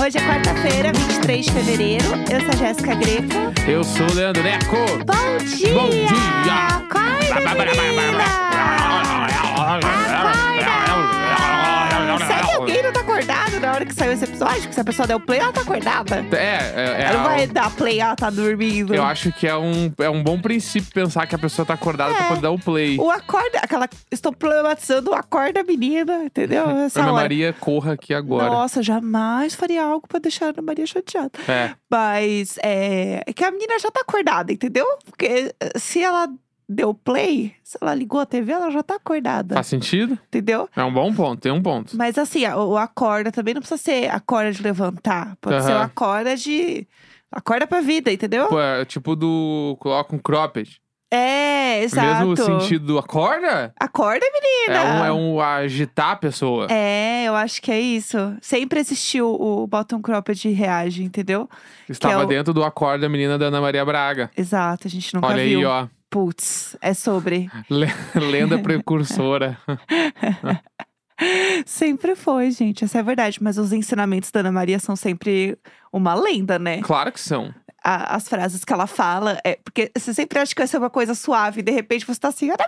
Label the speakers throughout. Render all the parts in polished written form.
Speaker 1: Hoje é quarta-feira, 23 de fevereiro. Eu sou a Jéssica Greco.
Speaker 2: Eu sou o Leandro Neco.
Speaker 1: Bom dia!
Speaker 2: Bom dia!
Speaker 1: Acorda, menina! Acorda! Será que alguém não tá acordado na hora que saiu esse episódio? Que se a pessoa der o play, ela tá acordada. Ela não vai dar play, ela tá dormindo.
Speaker 2: Eu acho que é um bom princípio pensar que a pessoa tá acordada pra poder dar o play.
Speaker 1: O acorda, estou problematizando o acorda, menina, entendeu?
Speaker 2: Ana Maria, corra aqui agora.
Speaker 1: Nossa, jamais faria algo pra deixar a Ana Maria chateada. Mas é que a menina já tá acordada, entendeu? Porque se ela deu play, se ela ligou a TV, ela já tá acordada.
Speaker 2: Faz sentido?
Speaker 1: Entendeu?
Speaker 2: É um bom ponto, tem um ponto.
Speaker 1: Mas assim, o acorda também não precisa ser acorda de levantar. Pode ser o acorda de... Acorda pra vida, entendeu?
Speaker 2: Pô, é tipo coloca um cropped.
Speaker 1: É, exato.
Speaker 2: Mesmo sentido do acorda?
Speaker 1: Acorda, menina!
Speaker 2: É um agitar a pessoa.
Speaker 1: É, eu acho que é isso. Sempre existiu o bottom cropped reage, entendeu?
Speaker 2: Estava dentro do acorda, menina da Ana Maria Braga.
Speaker 1: Exato, a gente nunca
Speaker 2: Olha
Speaker 1: viu.
Speaker 2: aí, ó.
Speaker 1: Putz, é sobre.
Speaker 2: Lenda precursora.
Speaker 1: Sempre foi, gente. Essa é a verdade. Mas os ensinamentos da Ana Maria são sempre uma lenda, né?
Speaker 2: Claro que são.
Speaker 1: As frases que ela fala, porque você sempre acha que vai ser uma coisa suave, e de repente você tá assim, Ana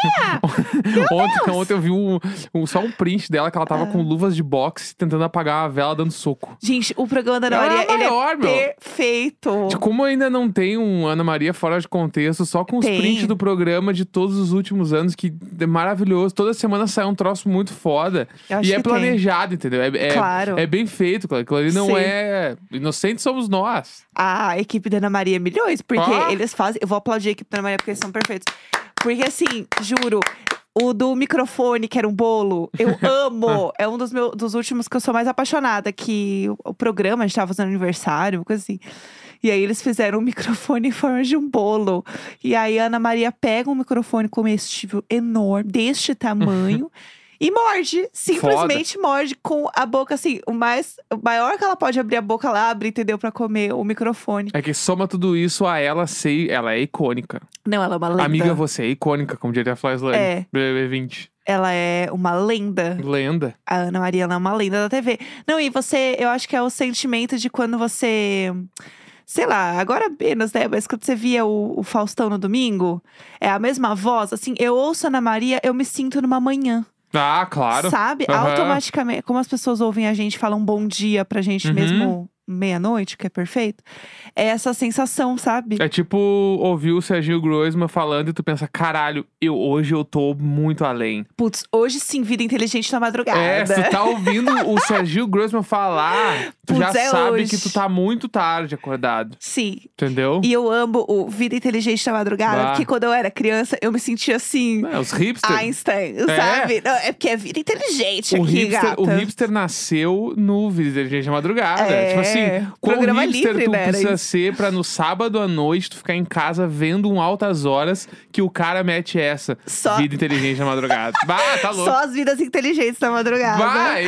Speaker 1: Maria!
Speaker 2: Ontem eu vi só um print dela que ela tava com luvas de boxe tentando apagar a vela dando soco.
Speaker 1: Gente, o programa da Ana Maria, ele é perfeito.
Speaker 2: De como ainda não tem um Ana Maria fora de contexto, só com os prints do programa de todos os últimos anos, que é maravilhoso. Toda semana sai um troço muito foda. E é planejado, entendeu?
Speaker 1: Claro.
Speaker 2: É bem feito, claro. Aquilo ali não é... Inocentes somos nós.
Speaker 1: A equipe da Ana Maria é milhões, porque eles fazem... Eu vou aplaudir a equipe da Ana Maria, porque eles são perfeitos. Porque assim, juro... O do microfone, que era um bolo, eu amo. É um dos últimos que eu sou mais apaixonada. Que o programa, a gente tava fazendo aniversário, uma coisa assim. E aí eles fizeram um microfone em forma de um bolo. E aí a Ana Maria pega um microfone comestível enorme, deste tamanho. E morde, simplesmente morde com a boca assim, o maior que ela pode abrir a boca, ela abre, entendeu? Pra comer o microfone.
Speaker 2: É que soma tudo isso a ela ser, ela é icônica.
Speaker 1: Não, ela é uma lenda.
Speaker 2: Amiga, você é icônica, como diria a Flyslane. BBB 20.
Speaker 1: Ela é uma lenda.
Speaker 2: Lenda.
Speaker 1: A Ana Maria, ela é uma lenda da TV. Não, e eu acho que é o sentimento de quando você... Sei lá, agora menos, né? Mas quando você via o Faustão no domingo, é a mesma voz, assim, eu ouço a Ana Maria, eu me sinto numa manhã.
Speaker 2: Ah, claro.
Speaker 1: Sabe? Automaticamente, como as pessoas ouvem a gente, falam bom dia pra gente mesmo meia-noite, que é perfeito. É essa sensação, sabe?
Speaker 2: É tipo ouvir o Serginho Groisman falando e tu pensa, caralho, hoje eu tô muito além.
Speaker 1: Putz, hoje sim, vida inteligente na madrugada.
Speaker 2: Se tu tá ouvindo o Serginho Groisman falar, tu já sabe hoje. Que tu tá muito tarde acordado.
Speaker 1: Sim.
Speaker 2: Entendeu?
Speaker 1: E eu amo o Vida Inteligente na Madrugada, porque quando eu era criança, eu me sentia assim...
Speaker 2: Os hipsters.
Speaker 1: Einstein, sabe? Não, é porque é vida inteligente aqui, gata.
Speaker 2: O hipster nasceu no Vida Inteligente na Madrugada. Tipo assim, qual hipster livre, tu precisa ser pra no sábado à noite tu ficar em casa vendo altas horas que o cara mete essa Vida Inteligente na Madrugada. Tá louco.
Speaker 1: Só as vidas inteligentes na madrugada.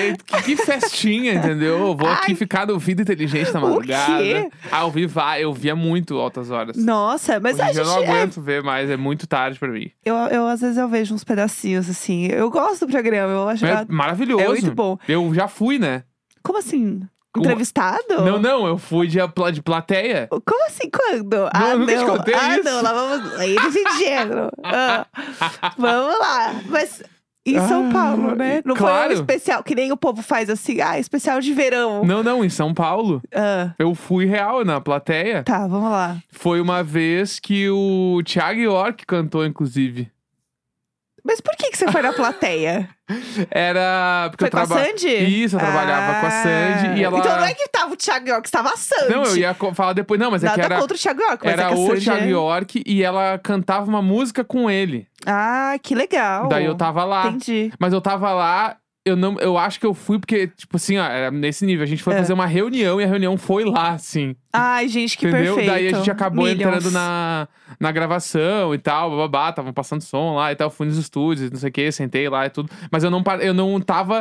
Speaker 2: Que festinha, entendeu? Eu vou aqui ficar no Vida Inteligente na madrugada. O quê? Eu via muito altas horas.
Speaker 1: Nossa, mas
Speaker 2: eu não aguento ver mais, é muito tarde pra mim.
Speaker 1: Eu às vezes eu vejo uns pedacinhos, assim. Eu gosto do programa, eu acho
Speaker 2: maravilhoso.
Speaker 1: É muito bom.
Speaker 2: Eu já fui, né?
Speaker 1: Como assim? Entrevistado?
Speaker 2: Não, eu fui de plateia.
Speaker 1: Como assim, quando?
Speaker 2: Nunca te contei isso.
Speaker 1: Não, lá vamos... Aí de gênero. Vamos lá. Mas... Em São Paulo, né? Não foi um especial, que nem o povo faz assim, especial de verão.
Speaker 2: Não, em São Paulo. Eu fui real na plateia.
Speaker 1: Tá, vamos lá.
Speaker 2: Foi uma vez que o Thiago York cantou, inclusive.
Speaker 1: Mas por que você foi na plateia?
Speaker 2: Era... Porque
Speaker 1: foi com a Sandy?
Speaker 2: Isso, eu trabalhava com a Sandy e ela...
Speaker 1: Então não é que tava o Thiago York, estava a Sandy.
Speaker 2: Não, eu ia falar depois. Não, mas
Speaker 1: nada
Speaker 2: é que era...
Speaker 1: contra o Thiago York, mas
Speaker 2: era o Thiago York e ela cantava uma música com ele.
Speaker 1: Que legal.
Speaker 2: Daí eu tava lá.
Speaker 1: Entendi.
Speaker 2: Mas eu tava lá... Eu acho que eu fui porque, tipo assim, era nesse nível. A gente foi fazer uma reunião e a reunião foi lá, assim.
Speaker 1: Ai, gente, que
Speaker 2: entendeu?
Speaker 1: perfeito.
Speaker 2: Daí a gente acabou entrando na gravação e tal, estavam passando som lá e tal. Fui nos estúdios, não sei o que, sentei lá e tudo. Mas eu não tava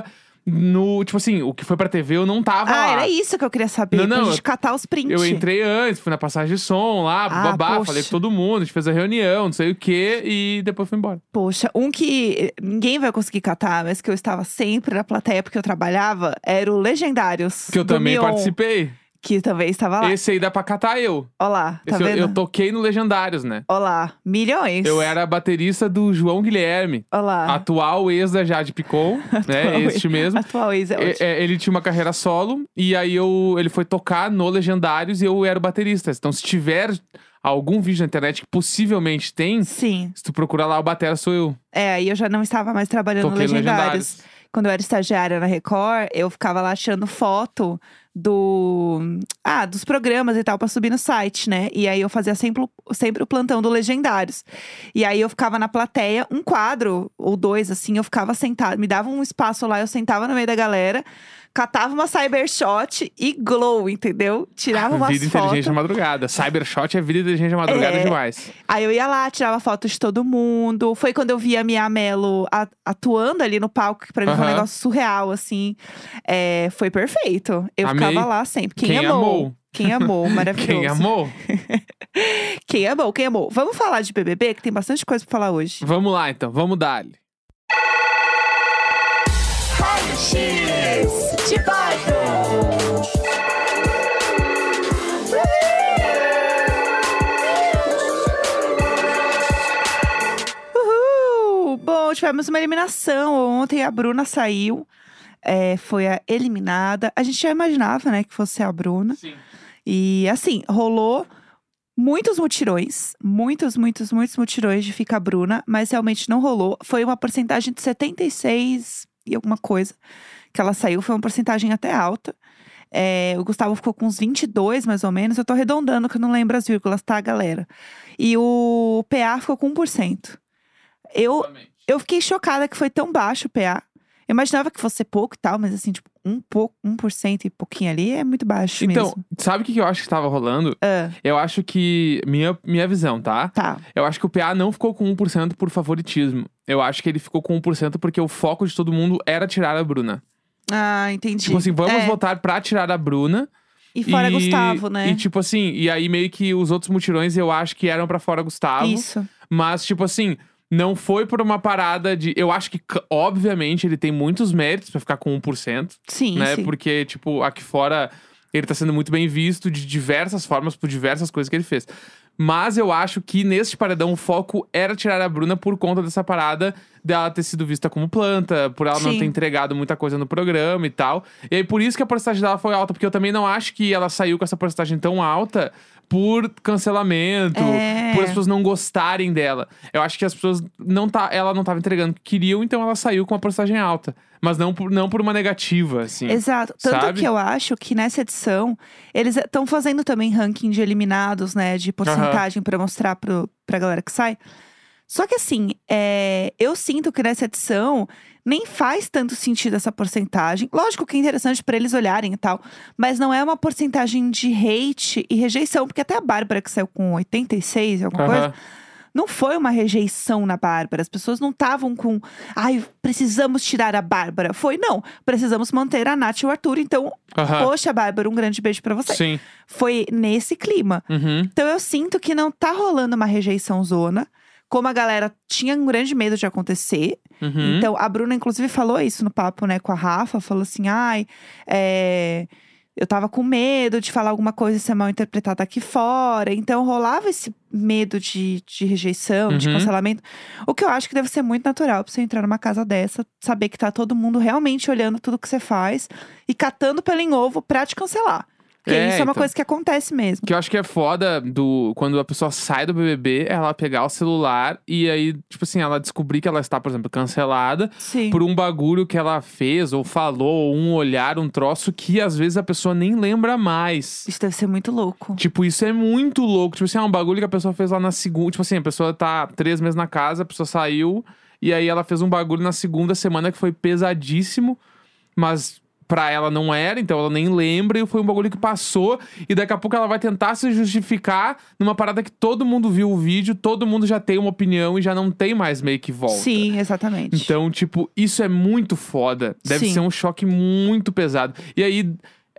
Speaker 2: Tipo assim, o que foi pra TV eu não tava lá.
Speaker 1: Era isso que eu queria saber, pra gente catar os prints.
Speaker 2: Eu entrei antes, fui na passagem de som lá, babá, falei com todo mundo, a gente fez a reunião, não sei o quê, e depois fui embora.
Speaker 1: Poxa, um que ninguém vai conseguir catar, mas que eu estava sempre na plateia porque eu trabalhava, era o Legendários.
Speaker 2: Que eu também
Speaker 1: Mion,
Speaker 2: participei.
Speaker 1: que também estava lá.
Speaker 2: Esse aí dá pra catar eu.
Speaker 1: Ó lá, tá vendo?
Speaker 2: Eu toquei no Legendários, né?
Speaker 1: Ó lá, milhões.
Speaker 2: Eu era baterista do João Guilherme.
Speaker 1: Ó lá.
Speaker 2: Atual ex da Jade Picon, né? Este mesmo.
Speaker 1: Atual ex é ótimo.
Speaker 2: Ele tinha uma carreira solo, e aí ele foi tocar no Legendários e eu era o baterista. Então se tiver algum vídeo na internet que possivelmente tem,
Speaker 1: Sim.
Speaker 2: Se tu procurar lá, o batera sou eu.
Speaker 1: Aí eu já não estava mais trabalhando no Legendários. Quando eu era estagiária na Record, eu ficava lá tirando foto dos programas e tal, pra subir no site, né? E aí eu fazia sempre o plantão do Legendários. E aí eu ficava na plateia, um quadro ou dois, assim, eu ficava sentada. Me dava um espaço lá, eu sentava no meio da galera, catava uma Cybershot e glow, entendeu? Tirava umas fotos.
Speaker 2: Vida inteligente na madrugada. Cybershot é vida inteligente na madrugada demais.
Speaker 1: Aí eu ia lá, tirava foto de todo mundo. Foi quando eu vi a Mia Mello atuando ali no palco, que pra mim foi um negócio surreal, assim. Foi perfeito. Eu ficava lá sempre. Quem amou? Quem amou, maravilhoso.
Speaker 2: Quem amou?
Speaker 1: Quem amou, quem amou. Vamos falar de BBB, que tem bastante coisa pra falar hoje.
Speaker 2: Vamos lá, então. Vamos dar-lhe.
Speaker 1: De bairro. Uhul! Bom, tivemos uma eliminação ontem. A Bruna saiu. Foi a eliminada. A gente já imaginava, né, que fosse a Bruna.
Speaker 2: Sim.
Speaker 1: E assim, rolou muitos mutirões. Muitos mutirões de fica a Bruna. Mas realmente não rolou. Foi uma porcentagem de 76 e alguma coisa que ela saiu. Foi uma porcentagem até alta. O Gustavo ficou com uns 22, mais ou menos. Eu tô arredondando, que eu não lembro as vírgulas, tá, galera? E o PA ficou com 1%. Eu fiquei chocada que foi tão baixo o PA. Eu imaginava que fosse pouco e tal, mas assim, tipo, 1% e pouquinho ali é muito baixo mesmo.
Speaker 2: Então, sabe o que eu acho que tava rolando? Eu acho que, minha visão, tá?
Speaker 1: Tá.
Speaker 2: Eu acho que o PA não ficou com 1% por favoritismo. Eu acho que ele ficou com 1% porque o foco de todo mundo era tirar a Bruna.
Speaker 1: Ah, entendi.
Speaker 2: Tipo assim, vamos votar pra tirar a Bruna.
Speaker 1: E fora Gustavo, né?
Speaker 2: E tipo assim, e aí meio que os outros mutirões eu acho que eram pra fora Gustavo.
Speaker 1: Isso.
Speaker 2: Mas tipo assim, não foi por uma parada de... Eu acho que, obviamente, ele tem muitos méritos pra ficar com 1%.
Speaker 1: Sim,
Speaker 2: né?
Speaker 1: sim.
Speaker 2: Porque, tipo, aqui fora ele tá sendo muito bem visto de diversas formas por diversas coisas que ele fez. Mas eu acho que neste paredão o foco era tirar a Bruna por conta dessa parada dela ter sido vista como planta, por ela não ter entregado muita coisa no programa e tal. E aí por isso que a porcentagem dela foi alta, porque eu também não acho que ela saiu com essa porcentagem tão alta por cancelamento, por as pessoas não gostarem dela. Eu acho que as pessoas ela não tava entregando o que queriam, então ela saiu com uma porcentagem alta. Mas não por uma negativa, assim.
Speaker 1: Exato. Tanto
Speaker 2: sabe?
Speaker 1: que eu acho que nessa edição, eles estão fazendo também ranking de eliminados, né? De porcentagem pra mostrar pra galera que sai. Só que assim, eu sinto que nessa edição nem faz tanto sentido essa porcentagem. Lógico que é interessante pra eles olharem e tal. Mas não é uma porcentagem de hate e rejeição. Porque até a Bárbara, que saiu com 86 e alguma coisa... Não foi uma rejeição na Bárbara. As pessoas não estavam com... precisamos tirar a Bárbara. Não, precisamos manter a Nath e o Arthur. Então, poxa, Bárbara, um grande beijo pra você.
Speaker 2: Sim.
Speaker 1: Foi nesse clima. Então, eu sinto que não tá rolando uma rejeição zona. Como a galera tinha um grande medo de acontecer. Então, a Bruna, inclusive, falou isso no papo, né, com a Rafa. Falou assim, eu tava com medo de falar alguma coisa e ser mal interpretada aqui fora. Então, rolava esse medo de rejeição, de cancelamento. O que eu acho que deve ser muito natural pra você entrar numa casa dessa. Saber que tá todo mundo realmente olhando tudo que você faz. E catando pelo em ovo pra te cancelar. Porque isso é uma coisa que acontece mesmo.
Speaker 2: Que eu acho que é foda quando a pessoa sai do BBB, ela pegar o celular e aí, tipo assim, ela descobrir que ela está, por exemplo, cancelada por um bagulho que ela fez ou falou, ou um olhar, um troço que às vezes a pessoa nem lembra mais.
Speaker 1: Isso deve ser muito louco.
Speaker 2: Tipo, isso é muito louco. Tipo assim, é um bagulho que a pessoa fez lá na segunda. Tipo assim, a pessoa tá 3 meses na casa, a pessoa saiu e aí ela fez um bagulho na segunda semana que foi pesadíssimo, mas pra ela não era, então ela nem lembra, e foi um bagulho que passou, e daqui a pouco ela vai tentar se justificar numa parada que todo mundo viu o vídeo, todo mundo já tem uma opinião e já não tem mais meio que volta.
Speaker 1: Sim, exatamente.
Speaker 2: Então, tipo, isso é muito foda. Deve ser um choque muito pesado. E aí,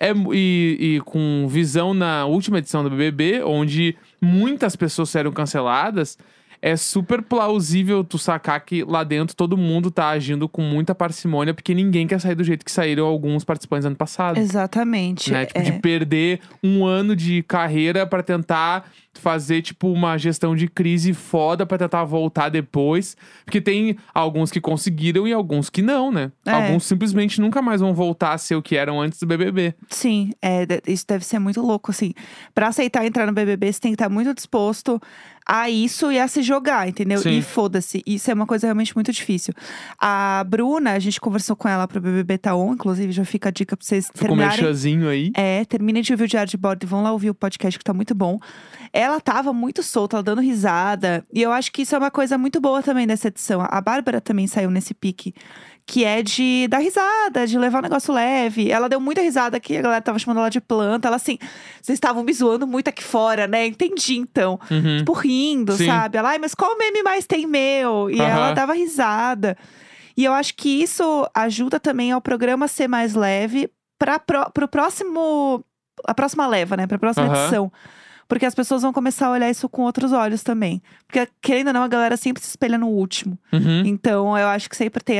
Speaker 2: e com visão na última edição do BBB, onde muitas pessoas serão canceladas, é super plausível tu sacar que lá dentro todo mundo tá agindo com muita parcimônia, porque ninguém quer sair do jeito que saíram alguns participantes ano passado.
Speaker 1: Exatamente.
Speaker 2: Né? Tipo, de perder um ano de carreira pra tentar fazer, tipo, uma gestão de crise foda pra tentar voltar depois. Porque tem alguns que conseguiram e alguns que não, né? Alguns simplesmente nunca mais vão voltar a ser o que eram antes do BBB.
Speaker 1: Sim, isso deve ser muito louco, assim. Pra aceitar entrar no BBB, você tem que estar muito disposto a isso e a se jogar, entendeu?
Speaker 2: Sim.
Speaker 1: E foda-se. Isso é uma coisa realmente muito difícil. A Bruna, a gente conversou com ela pro BBB Taon, inclusive já fica a dica pra vocês terminarem.
Speaker 2: Ficou um merchanzinho aí.
Speaker 1: Terminem de ouvir o Diário de Bordo e vão lá ouvir o podcast que tá muito bom. Ela tava muito solta, ela dando risada. E eu acho que isso é uma coisa muito boa também dessa edição. A Bárbara também saiu nesse pique. Que é de dar risada, de levar o negócio leve. Ela deu muita risada aqui, a galera tava chamando ela de planta. Ela assim, vocês estavam me zoando muito aqui fora, né? Entendi, então. Tipo, rindo,
Speaker 2: Sim.
Speaker 1: sabe? Ela, mas qual meme mais tem meu? E ela dava risada. E eu acho que isso ajuda também ao programa ser mais leve pro próximo… A próxima leva, né? Pra próxima edição. Porque as pessoas vão começar a olhar isso com outros olhos também. Porque, querendo ou não, a galera sempre se espelha no último. Então, eu acho que sempre tem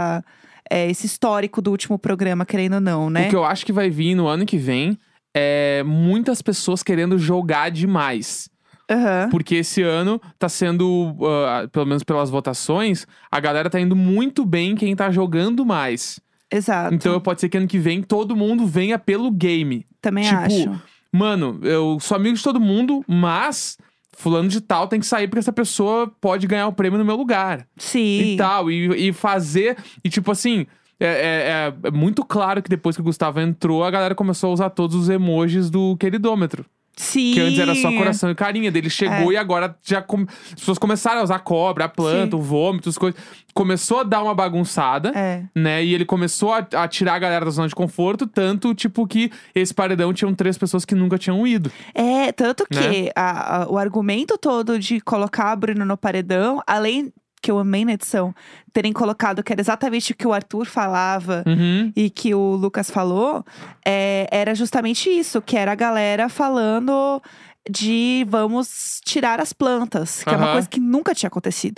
Speaker 1: esse histórico do último programa, querendo ou não, né?
Speaker 2: O que eu acho que vai vir no ano que vem é muitas pessoas querendo jogar demais. Porque esse ano tá sendo, pelo menos pelas votações, a galera tá indo muito bem quem tá jogando mais.
Speaker 1: Exato.
Speaker 2: Então pode ser que ano que vem todo mundo venha pelo game.
Speaker 1: Também acho.
Speaker 2: Mano, eu sou amigo de todo mundo, mas fulano de tal tem que sair porque essa pessoa pode ganhar o prêmio no meu lugar.
Speaker 1: Sim.
Speaker 2: E tal, e fazer… E tipo assim… É muito claro que depois que o Gustavo entrou, a galera começou a usar todos os emojis do queridômetro.
Speaker 1: Sim.
Speaker 2: Que antes era só coração e carinha. Dele chegou e agora já as pessoas começaram a usar a cobra, a planta, o vômito, as coisas. Começou a dar uma bagunçada, né? E ele começou a tirar a galera da zona de conforto. Tanto, tipo, que esse paredão tinham 3 pessoas que nunca tinham ido.
Speaker 1: Tanto que
Speaker 2: né?
Speaker 1: O argumento todo de colocar a Bruna no paredão, além… que eu amei na edição, terem colocado que era exatamente o que o Arthur falava e que o Lucas falou, era justamente isso, que era a galera falando de vamos tirar as plantas, que é uma coisa que nunca tinha acontecido.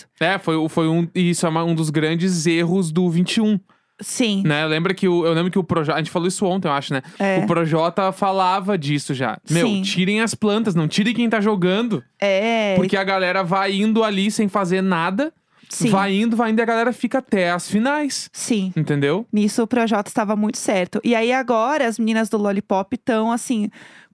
Speaker 2: Isso é um dos grandes erros do 21.
Speaker 1: Sim.
Speaker 2: Né? Eu lembro que o Projota… A gente falou isso ontem, eu acho, né? O Projota falava disso já. Meu, tirem as plantas, não tirem quem tá jogando. Porque a galera vai indo ali sem fazer nada.
Speaker 1: Sim.
Speaker 2: Vai indo e a galera fica até as finais.
Speaker 1: Sim.
Speaker 2: Entendeu?
Speaker 1: Nisso o Projota estava muito certo. E aí agora as meninas do Lollipop estão assim…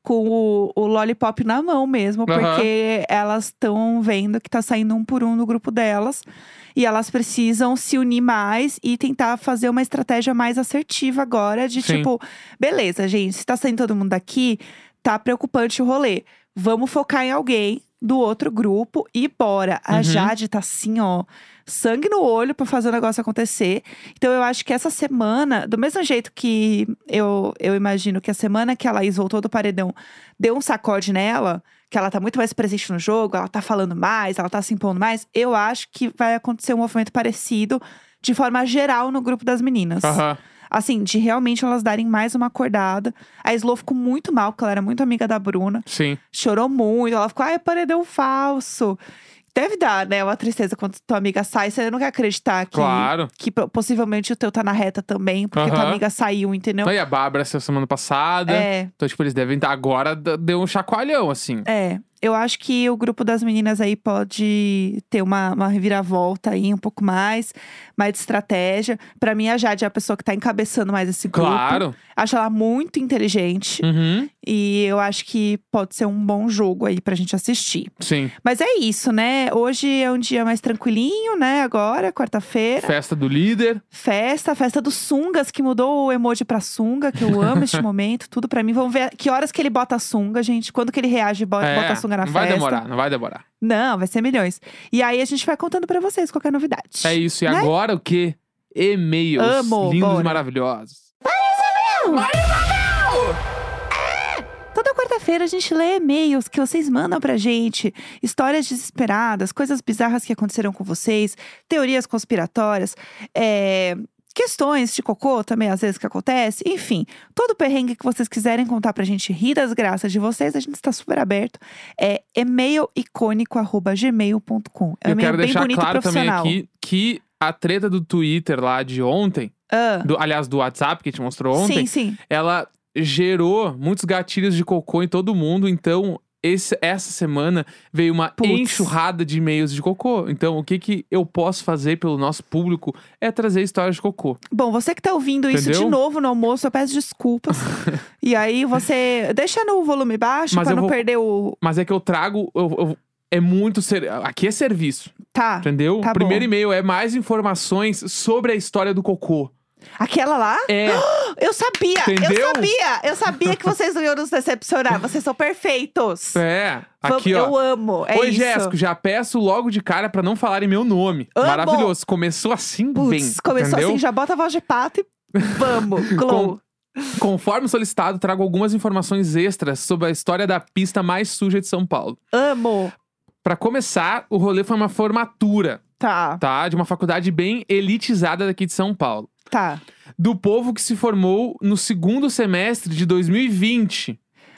Speaker 1: com o Lollipop na mão mesmo. Porque elas estão vendo que tá saindo um por um no grupo delas. E elas precisam se unir mais e tentar fazer uma estratégia mais assertiva agora. De tipo, beleza, gente, se tá saindo todo mundo daqui, tá preocupante o rolê. Vamos focar em alguém do outro grupo e bora. A Jade tá assim, ó, sangue no olho pra fazer o negócio acontecer. Então eu acho que essa semana, do mesmo jeito que eu imagino que a semana que a Laís voltou do paredão deu um sacode nela, que ela tá muito mais presente no jogo, ela tá falando mais, ela tá se impondo mais, eu acho que vai acontecer um movimento parecido de forma geral no grupo das meninas. Assim, de realmente elas darem mais uma acordada. A Slo ficou muito mal, porque ela era muito amiga da Bruna.
Speaker 2: Sim.
Speaker 1: Chorou muito, ela ficou, paredão falso. Deve dar, né, uma tristeza quando tua amiga sai. Você não quer acreditar que possivelmente o teu tá na reta também, porque tua amiga saiu, entendeu?
Speaker 2: Então, e a Bárbara saiu semana passada. Então, tipo, eles devem estar… Agora deu um chacoalhão, assim.
Speaker 1: Eu acho que o grupo das meninas aí pode ter uma reviravolta aí, um pouco mais de estratégia. Pra mim, a Jade é a pessoa que tá encabeçando mais esse grupo.
Speaker 2: Claro.
Speaker 1: Acho ela muito inteligente. E eu acho que pode ser um bom jogo aí pra gente assistir.
Speaker 2: Sim.
Speaker 1: Mas é isso, né? Hoje é um dia mais tranquilinho, né? Agora, quarta-feira.
Speaker 2: Festa do líder.
Speaker 1: Festa dos sungas, que mudou o emoji pra sunga, que eu amo este momento. Tudo pra mim. Vamos ver que horas que ele bota a sunga, gente. Quando que ele reage e bota a sunga na festa.
Speaker 2: Não vai demorar.
Speaker 1: Não, vai ser milhões. E aí a gente vai contando pra vocês qualquer novidade.
Speaker 2: É isso. E agora o quê? E-mails lindos e maravilhosos.
Speaker 1: Vai, Toda quarta-feira a gente lê e-mails que vocês mandam pra gente. Histórias desesperadas, coisas bizarras que aconteceram com vocês, teorias conspiratórias, questões de cocô também, às vezes, que acontece. Enfim, todo perrengue que vocês quiserem contar pra gente rir das graças de vocês, a gente está super aberto. É e-mailicônico@gmail.com. É um e-mail bem bonito e profissional.
Speaker 2: Eu quero deixar claro também aqui que a treta do Twitter lá de ontem, aliás, do WhatsApp que a gente mostrou ontem,
Speaker 1: sim.
Speaker 2: Ela gerou muitos gatilhos de cocô em todo mundo, então essa semana veio uma enxurrada de e-mails de cocô. Então, o que eu posso fazer pelo nosso público é trazer histórias de cocô.
Speaker 1: Bom, você que tá ouvindo isso de novo no almoço, eu peço desculpas. E aí você deixa no volume baixo pra não perder o...
Speaker 2: Mas é que eu trago... É muito... Aqui é serviço.
Speaker 1: Tá.
Speaker 2: Entendeu?
Speaker 1: Tá
Speaker 2: o primeiro
Speaker 1: bom.
Speaker 2: e-mail é mais informações sobre a história do cocô.
Speaker 1: Aquela lá?
Speaker 2: É.
Speaker 1: Eu sabia!
Speaker 2: Entendeu?
Speaker 1: Eu sabia que vocês não iam nos decepcionar. Vocês são perfeitos.
Speaker 2: É. Aqui, ó.
Speaker 1: Eu amo. É
Speaker 2: Oi,
Speaker 1: isso.
Speaker 2: Jéssico, já peço logo de cara pra não falarem meu nome.
Speaker 1: Amo.
Speaker 2: Maravilhoso. Começou assim bem.
Speaker 1: Começou
Speaker 2: entendeu?
Speaker 1: assim, já bota a voz de pato e vamos. Glow.
Speaker 2: Conforme solicitado, trago algumas informações extras sobre a história da pista mais suja de São Paulo.
Speaker 1: Amo.
Speaker 2: Pra começar, o rolê foi uma formatura.
Speaker 1: Tá.
Speaker 2: De uma faculdade bem elitizada daqui de São Paulo.
Speaker 1: Tá.
Speaker 2: Do povo que se formou no segundo semestre de 2020.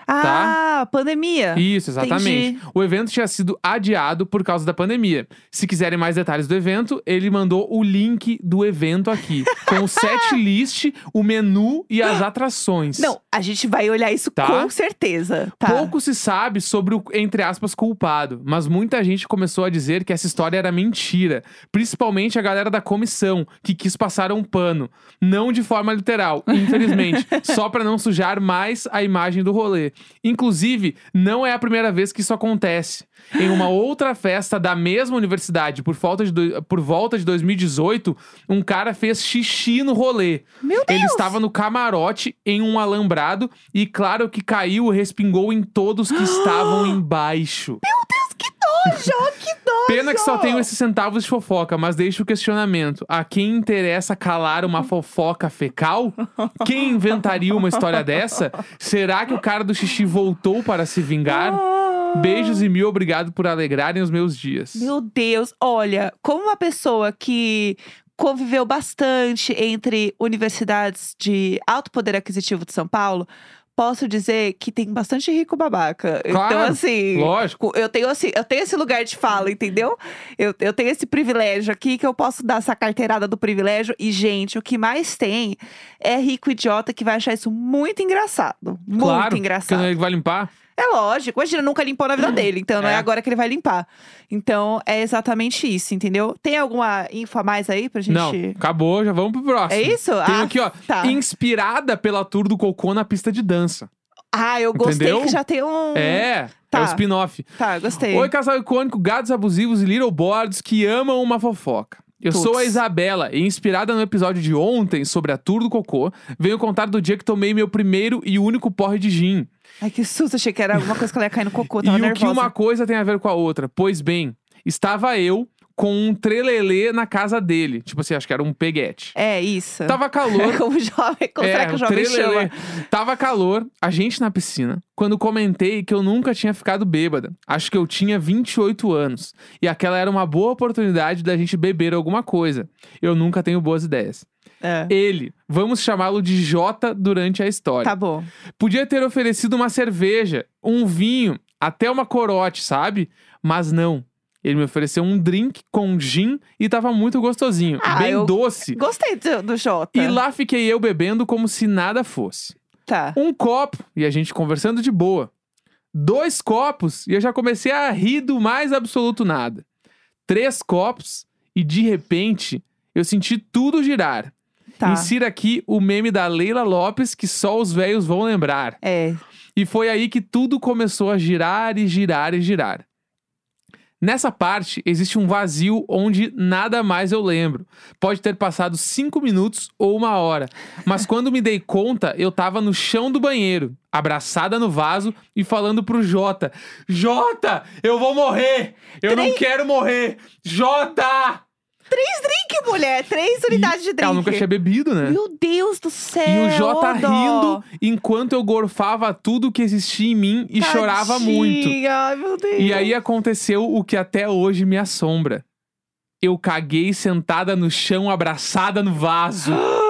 Speaker 1: Pandemia.
Speaker 2: Isso, exatamente.
Speaker 1: Entendi.
Speaker 2: O evento tinha sido adiado por causa da pandemia. Se quiserem mais detalhes do evento, ele mandou o link do evento aqui. Com o set list, o menu e as atrações.
Speaker 1: Não, a gente vai olhar isso com certeza. Tá.
Speaker 2: Pouco se sabe sobre o, entre aspas, culpado. Mas muita gente começou a dizer que essa história era mentira. Principalmente a galera da comissão, que quis passar um pano. Não de forma literal, infelizmente. Só pra não sujar mais a imagem do rolê. Inclusive, não é a primeira vez que isso acontece. Em uma outra festa da mesma universidade, por volta de 2018, um cara fez xixi no rolê.
Speaker 1: Meu Deus!
Speaker 2: Ele estava no camarote, em um alambrado, e claro que caiu e respingou em todos que estavam embaixo.
Speaker 1: Meu Deus, que nojo! Que nojo!
Speaker 2: Pena que só tenho esses centavos de fofoca, mas deixo o questionamento. A quem interessa calar uma fofoca fecal? Quem inventaria uma história dessa? Será que o cara do xixi voltou para se vingar? Beijos e mil obrigado por alegrarem os meus dias.
Speaker 1: Meu Deus, olha, como uma pessoa que conviveu bastante entre universidades de alto poder aquisitivo de São Paulo, posso dizer que tem bastante rico babaca.
Speaker 2: Claro,
Speaker 1: então, assim,
Speaker 2: lógico.
Speaker 1: Eu tenho esse lugar de fala, entendeu? Eu tenho esse privilégio aqui que eu posso dar essa carteirada do privilégio. E, gente, o que mais tem é rico idiota que vai achar isso muito engraçado. Muito engraçado.
Speaker 2: Porque não é ele que vai limpar?
Speaker 1: É lógico, imagina, nunca limpou na vida dele, então não é agora que ele vai limpar. Então, é exatamente isso, entendeu? Tem alguma info a mais aí pra gente...
Speaker 2: Não, acabou, já vamos pro próximo.
Speaker 1: É isso?
Speaker 2: Tem aqui, ó, inspirada pela tour do cocô na pista de dança.
Speaker 1: Eu gostei. Entendeu? Que já tem um...
Speaker 2: É o spin-off.
Speaker 1: Tá, gostei.
Speaker 2: Oi, casal icônico, gatos abusivos e little boards que amam uma fofoca. Eu sou a Isabela e, inspirada no episódio de ontem sobre a tour do cocô, venho contar do dia que tomei meu primeiro e único porre de gin.
Speaker 1: Ai, que susto, achei que era alguma coisa que ela ia cair no cocô, tava nervosa.
Speaker 2: E o que uma coisa tem a ver com a outra? Pois bem, estava eu com um trelelê na casa dele. Tipo assim, acho que era um peguete.
Speaker 1: É, isso.
Speaker 2: Tava calor.
Speaker 1: Como jovem, como será que o jovem chama?
Speaker 2: Tava calor, a gente na piscina, quando comentei que eu nunca tinha ficado bêbada. Acho que eu tinha 28 anos. E aquela era uma boa oportunidade da gente beber alguma coisa. Eu nunca tenho boas ideias. Ele, vamos chamá-lo de Jota durante a história.
Speaker 1: Tá bom.
Speaker 2: Podia ter oferecido uma cerveja, um vinho, até uma corote, sabe? Mas não. Ele me ofereceu um drink com gin e tava muito gostosinho. Bem doce.
Speaker 1: Gostei do Jota.
Speaker 2: E lá fiquei eu bebendo como se nada fosse.
Speaker 1: Tá.
Speaker 2: Um copo e a gente conversando de boa. 2 copos e eu já comecei a rir do mais absoluto nada. 3 copos e de repente eu senti tudo girar.
Speaker 1: Tá.
Speaker 2: Insira aqui o meme da Leila Lopes que só os velhos vão lembrar. E foi aí que tudo começou a girar e girar e girar. Nessa parte, existe um vazio onde nada mais eu lembro. Pode ter passado 5 minutos ou 1 hora. Mas quando me dei conta, eu tava no chão do banheiro, abraçada no vaso e falando pro Jota. Jota, eu vou morrer! Eu não quero morrer! Jota!
Speaker 1: 3 drinks, mulher. 3 unidades de drink.
Speaker 2: Ela nunca tinha bebido, né?
Speaker 1: Meu Deus do céu.
Speaker 2: E o Jota rindo enquanto eu gorfava tudo que existia em mim e chorava muito.
Speaker 1: Ai, meu Deus.
Speaker 2: E aí aconteceu o que até hoje me assombra. Eu caguei sentada no chão, abraçada no vaso.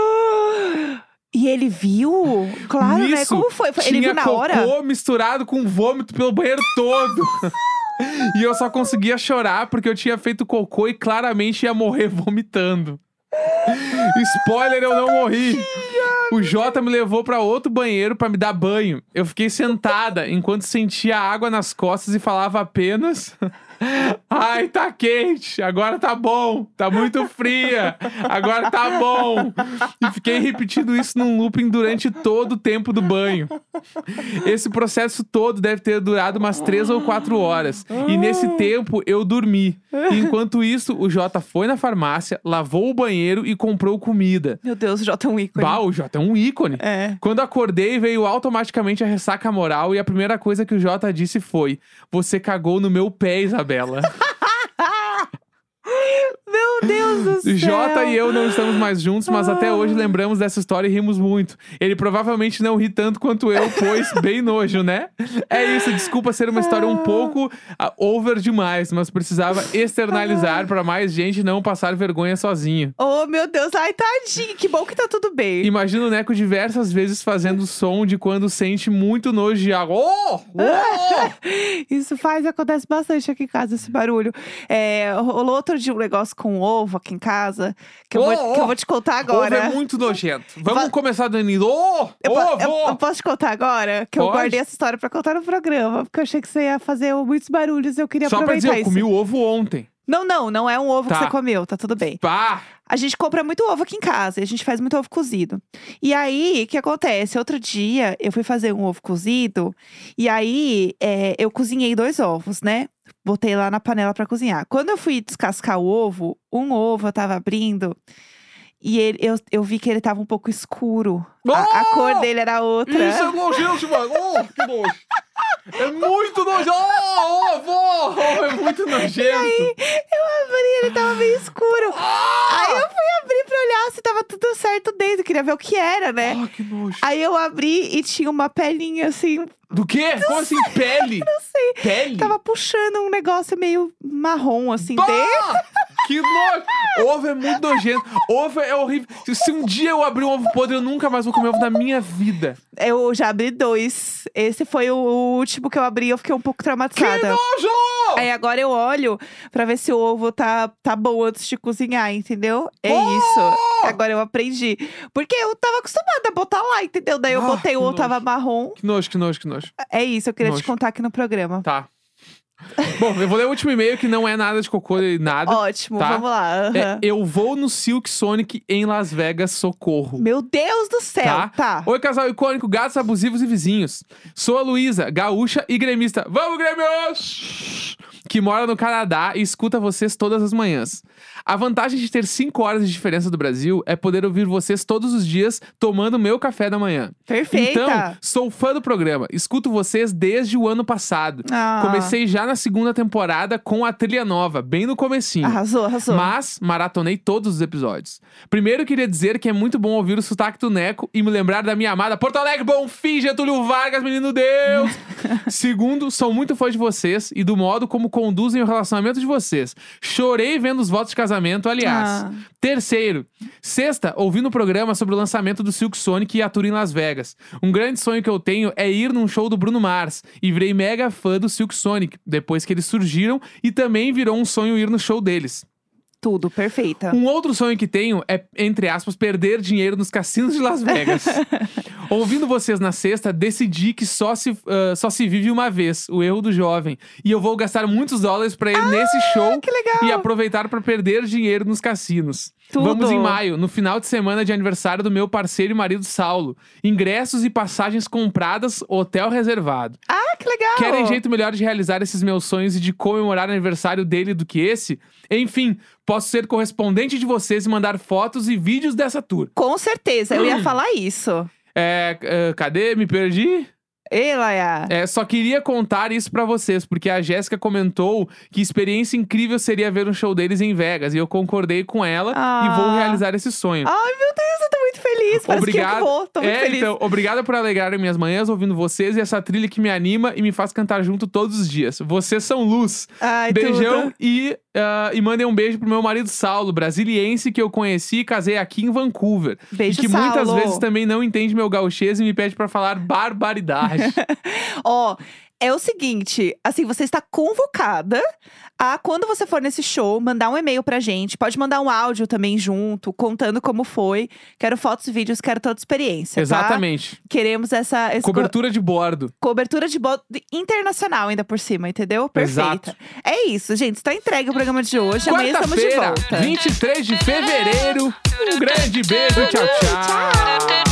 Speaker 1: E ele viu? Claro, né? Como foi? Ele viu na hora?
Speaker 2: Tinha cocô misturado com vômito pelo banheiro todo. E eu só conseguia chorar porque eu tinha feito cocô e claramente ia morrer vomitando. Spoiler, eu não morri. O Jota me levou pra outro banheiro pra me dar banho. Eu fiquei sentada enquanto sentia água nas costas e falava apenas... Ai, tá quente, agora tá bom, tá muito fria, agora tá bom. E fiquei repetindo isso num looping durante todo o tempo do banho. Esse processo todo deve ter durado umas 3 ou 4 horas. E nesse tempo eu dormi. Enquanto isso, o Jota foi na farmácia, lavou o banheiro e comprou comida.
Speaker 1: Meu Deus, o Jota é um ícone.
Speaker 2: Bah, o Jota é um ícone.
Speaker 1: É.
Speaker 2: Quando acordei, veio automaticamente a ressaca moral e a primeira coisa que o Jota disse foi: você cagou no meu pé, Isabela.
Speaker 1: Meu Deus do céu.
Speaker 2: Jota e eu não estamos mais juntos, mas até hoje lembramos dessa história e rimos muito. Ele provavelmente não ri tanto quanto eu, pois bem nojo, né? É isso, desculpa ser uma história um pouco over demais, mas precisava externalizar pra mais gente não passar vergonha sozinho.
Speaker 1: Oh, meu Deus, ai, tadinho, que bom que tá tudo bem.
Speaker 2: Imagino o Neco diversas vezes fazendo o som de quando sente muito nojo de água.
Speaker 1: Isso acontece bastante aqui em casa, esse barulho. Rolou outro dia um negócio com ovo aqui em casa, que eu vou te contar agora.
Speaker 2: Ovo é muito nojento. Vamos começar do início.
Speaker 1: Eu posso te contar agora? Que eu guardei essa história pra contar no programa, porque eu achei que você ia fazer muitos barulhos e eu queria aproveitar isso.
Speaker 2: Só pra dizer, eu comi o ovo ontem.
Speaker 1: Não é um ovo que você comeu, tá tudo bem. A gente compra muito ovo aqui em casa, e a gente faz muito ovo cozido. E aí, o que acontece? Outro dia, eu fui fazer um ovo cozido, e aí, eu cozinhei 2 ovos, né? Botei lá na panela pra cozinhar. Quando eu fui descascar o ovo, um ovo eu tava abrindo, e eu vi que ele tava um pouco escuro. A cor dele era outra.
Speaker 2: Isso é nojento, mano. Que nojo. É muito nojento. Ovo é muito nojento. E
Speaker 1: aí, eu abri, ele tava meio escuro. Aí eu fui abrir pra olhar se tava tudo certo dentro. Queria ver o que era, né?
Speaker 2: Que nojo.
Speaker 1: Aí eu abri e tinha uma pelinha assim.
Speaker 2: Do quê? Como assim, pele?
Speaker 1: Não sei.
Speaker 2: Pele?
Speaker 1: Tava puxando um negócio meio marrom, assim, dentro.
Speaker 2: Que nojo! Ovo é muito nojento. Ovo é horrível. Se um dia eu abrir um ovo podre, eu nunca mais vou comer ovo na minha vida.
Speaker 1: Eu já abri 2. Esse foi o último que eu abri e eu fiquei um pouco traumatizada.
Speaker 2: Que nojo!
Speaker 1: Aí agora eu olho pra ver se o ovo tá bom antes de cozinhar, entendeu? Isso. Agora eu aprendi. Porque eu tava acostumada a botar lá, entendeu? Daí eu botei o ovo, tava marrom.
Speaker 2: Que nojo.
Speaker 1: É isso, eu queria te contar aqui no programa.
Speaker 2: Tá. Bom, eu vou ler o último e-mail que não é nada de cocô e nada.
Speaker 1: Ótimo,
Speaker 2: tá?
Speaker 1: Vamos lá.
Speaker 2: Eu vou no Silk Sonic em Las Vegas, socorro.
Speaker 1: Meu Deus do céu, tá.
Speaker 2: Oi, casal icônico, gatos abusivos e vizinhos. Sou a Luísa, gaúcha e gremista. Vamos, Grêmios! Que mora no Canadá e escuta vocês todas as manhãs. A vantagem de ter 5 horas de diferença do Brasil é poder ouvir vocês todos os dias tomando meu café da manhã.
Speaker 1: Perfeita!
Speaker 2: Então, sou fã do programa. Escuto vocês desde o ano passado. Comecei já na 2ª temporada com a trilha nova, bem no comecinho.
Speaker 1: Arrasou.
Speaker 2: Mas maratonei todos os episódios. Primeiro, queria dizer que é muito bom ouvir o sotaque do Neco e me lembrar da minha amada Porto Alegre, Bonfim, Getúlio Vargas, menino Deus. Segundo, sou muito fã de vocês e do modo como conduzem o relacionamento de vocês. Chorei vendo os votos de casamento, aliás. Terceiro, sexta, ouvindo o programa sobre o lançamento do Silk Sonic e a tour em Las Vegas. Um grande sonho que eu tenho é ir num show do Bruno Mars. E virei mega fã do Silk Sonic, depois que eles surgiram, e também virou um sonho ir no show deles.
Speaker 1: Tudo, perfeita.
Speaker 2: Um outro sonho que tenho é, entre aspas, perder dinheiro nos cassinos de Las Vegas. Ouvindo vocês na sexta, decidi que só se vive uma vez, o erro do jovem. E eu vou gastar muitos dólares pra ir nesse show
Speaker 1: que legal.
Speaker 2: E aproveitar pra perder dinheiro nos cassinos.
Speaker 1: Tudo.
Speaker 2: Vamos em maio, no final de semana de aniversário do meu parceiro e marido Saulo. Ingressos e passagens compradas, hotel reservado.
Speaker 1: Que legal!
Speaker 2: Querem jeito melhor de realizar esses meus sonhos e de comemorar o aniversário dele do que esse? Enfim, posso ser correspondente de vocês e mandar fotos e vídeos dessa tour.
Speaker 1: Com certeza, eu ia falar isso.
Speaker 2: Cadê? Me perdi?
Speaker 1: Ei, Laia.
Speaker 2: Só queria contar isso pra vocês, porque a Jéssica comentou que experiência incrível seria ver um show deles em Vegas. E eu concordei com ela e vou realizar esse sonho.
Speaker 1: Ai, meu Deus, eu tô muito feliz. Parece que eu vou, tô muito feliz.
Speaker 2: Então, obrigada por alegrarem minhas manhãs ouvindo vocês e essa trilha que me anima e me faz cantar junto todos os dias. Vocês são luz.
Speaker 1: Ai,
Speaker 2: beijão
Speaker 1: tudo.
Speaker 2: E mandem um beijo pro meu marido Saulo, brasiliense, que eu conheci e casei aqui em Vancouver.
Speaker 1: Beijo,
Speaker 2: e que
Speaker 1: Saulo.
Speaker 2: muitas vezes também não entende meu gauchês e me pede pra falar barbaridade.
Speaker 1: Ó, é o seguinte, assim, você está convocada a, quando você for nesse show, mandar um e-mail pra gente. Pode mandar um áudio também junto, contando como foi. Quero fotos e vídeos, quero toda a experiência,
Speaker 2: Exatamente.
Speaker 1: Tá? Queremos essa
Speaker 2: cobertura de bordo.
Speaker 1: Cobertura de bordo internacional ainda por cima, entendeu? Perfeita.
Speaker 2: Exato.
Speaker 1: É isso, gente. Está entregue o programa de hoje. Amanhã estamos de volta.
Speaker 2: 23 de fevereiro. Um grande beijo. Tchau, tchau.
Speaker 1: Tchau.